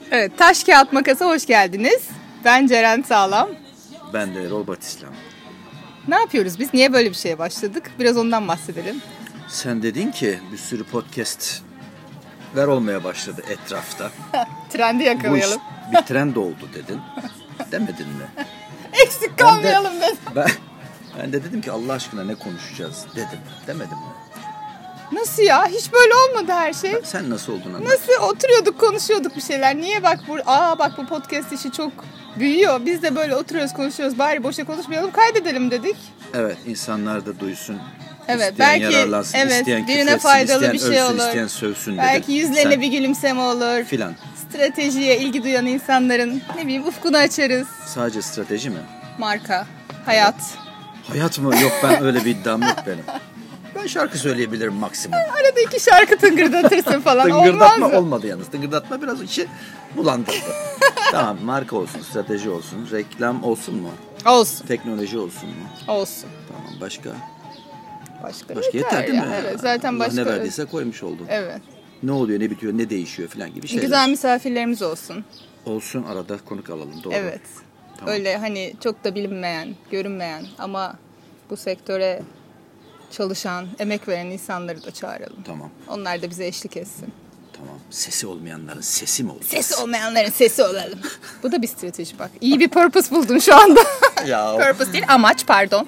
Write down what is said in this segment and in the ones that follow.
Evet, Taş Kağıt Makas'a hoş geldiniz. Ben Ceren Sağlam. Ben de Erol Batislam. Ne yapıyoruz biz? Niye böyle bir şeye başladık? Biraz ondan bahsedelim. Sen dedin ki bir sürü podcastler olmaya başladı etrafta. Trendi yakalayalım. Bu iş bir trend oldu dedin. Demedin mi? Eksik kalmayalım dedim. Ben de dedim ki Allah aşkına ne konuşacağız dedim. Demedim mi? Nasıl ya? Hiç böyle olmadı her şey. Sen nasıl oldun anladın? Nasıl oturuyorduk konuşuyorduk bir şeyler. Niye bak bu podcast işi çok büyüyor. Biz de böyle oturuyoruz konuşuyoruz. Bari boşa konuşmayalım, kaydedelim dedik. Evet, insanlar da duysun. Evet, isteyen belki yararlansın, isteyen birine küfretsin, faydalı isteyen bir şey ölsün, olur. isteyen sövsün Belki dedim. yüzlerine bir gülümseme olur. Filan. Stratejiye ilgi duyan insanların ufkunu açarız. Sadece strateji mi? Marka, hayat. Hayat mı? Yok, ben öyle bir iddiam yok benim. Ben şarkı söyleyebilirim maksimum. Arada 2 şarkı tıngırdatırsın falan. Tıngırdatma olmaz mı? olmadı yalnız. Tıngırdatma biraz işi bulandırdı. Tamam, marka olsun, strateji olsun, reklam olsun mu? Olsun. Teknoloji olsun mu? Olsun. Tamam, başka ya. yeter değil mi? Evet, zaten Allah başka. ne verdiyse koymuş oldum. Evet. Ne oluyor, ne bitiyor, ne değişiyor falan gibi şeyler. Güzel misafirlerimiz olsun. Olsun, arada konuk alalım, doğru. Evet. Tamam. Öyle hani çok da bilinmeyen, görünmeyen ama bu sektöre çalışan, emek veren insanları da çağıralım. Tamam. Onlar da bize eşlik etsin. Tamam. Sesi olmayanların sesi mi olacağız? Sesi olmayanların sesi olalım. Bu da bir strateji bak. İyi bir purpose buldun şu anda. Ya. Purpose değil, amaç pardon.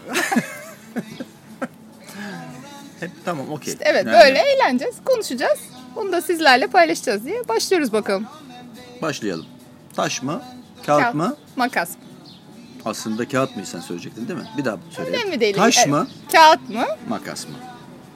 Tamam, okey. İşte evet, böyle eğleneceğiz, konuşacağız. Bunu da sizlerle paylaşacağız diye başlıyoruz bakalım. Başlayalım. Taş mı? Kağıt mı? Makas mı? Aslında kağıt mı sen söyleyecektin değil mi? Bir daha söyle. Önemli değil. Taş mı? Kağıt mı? Makas mı?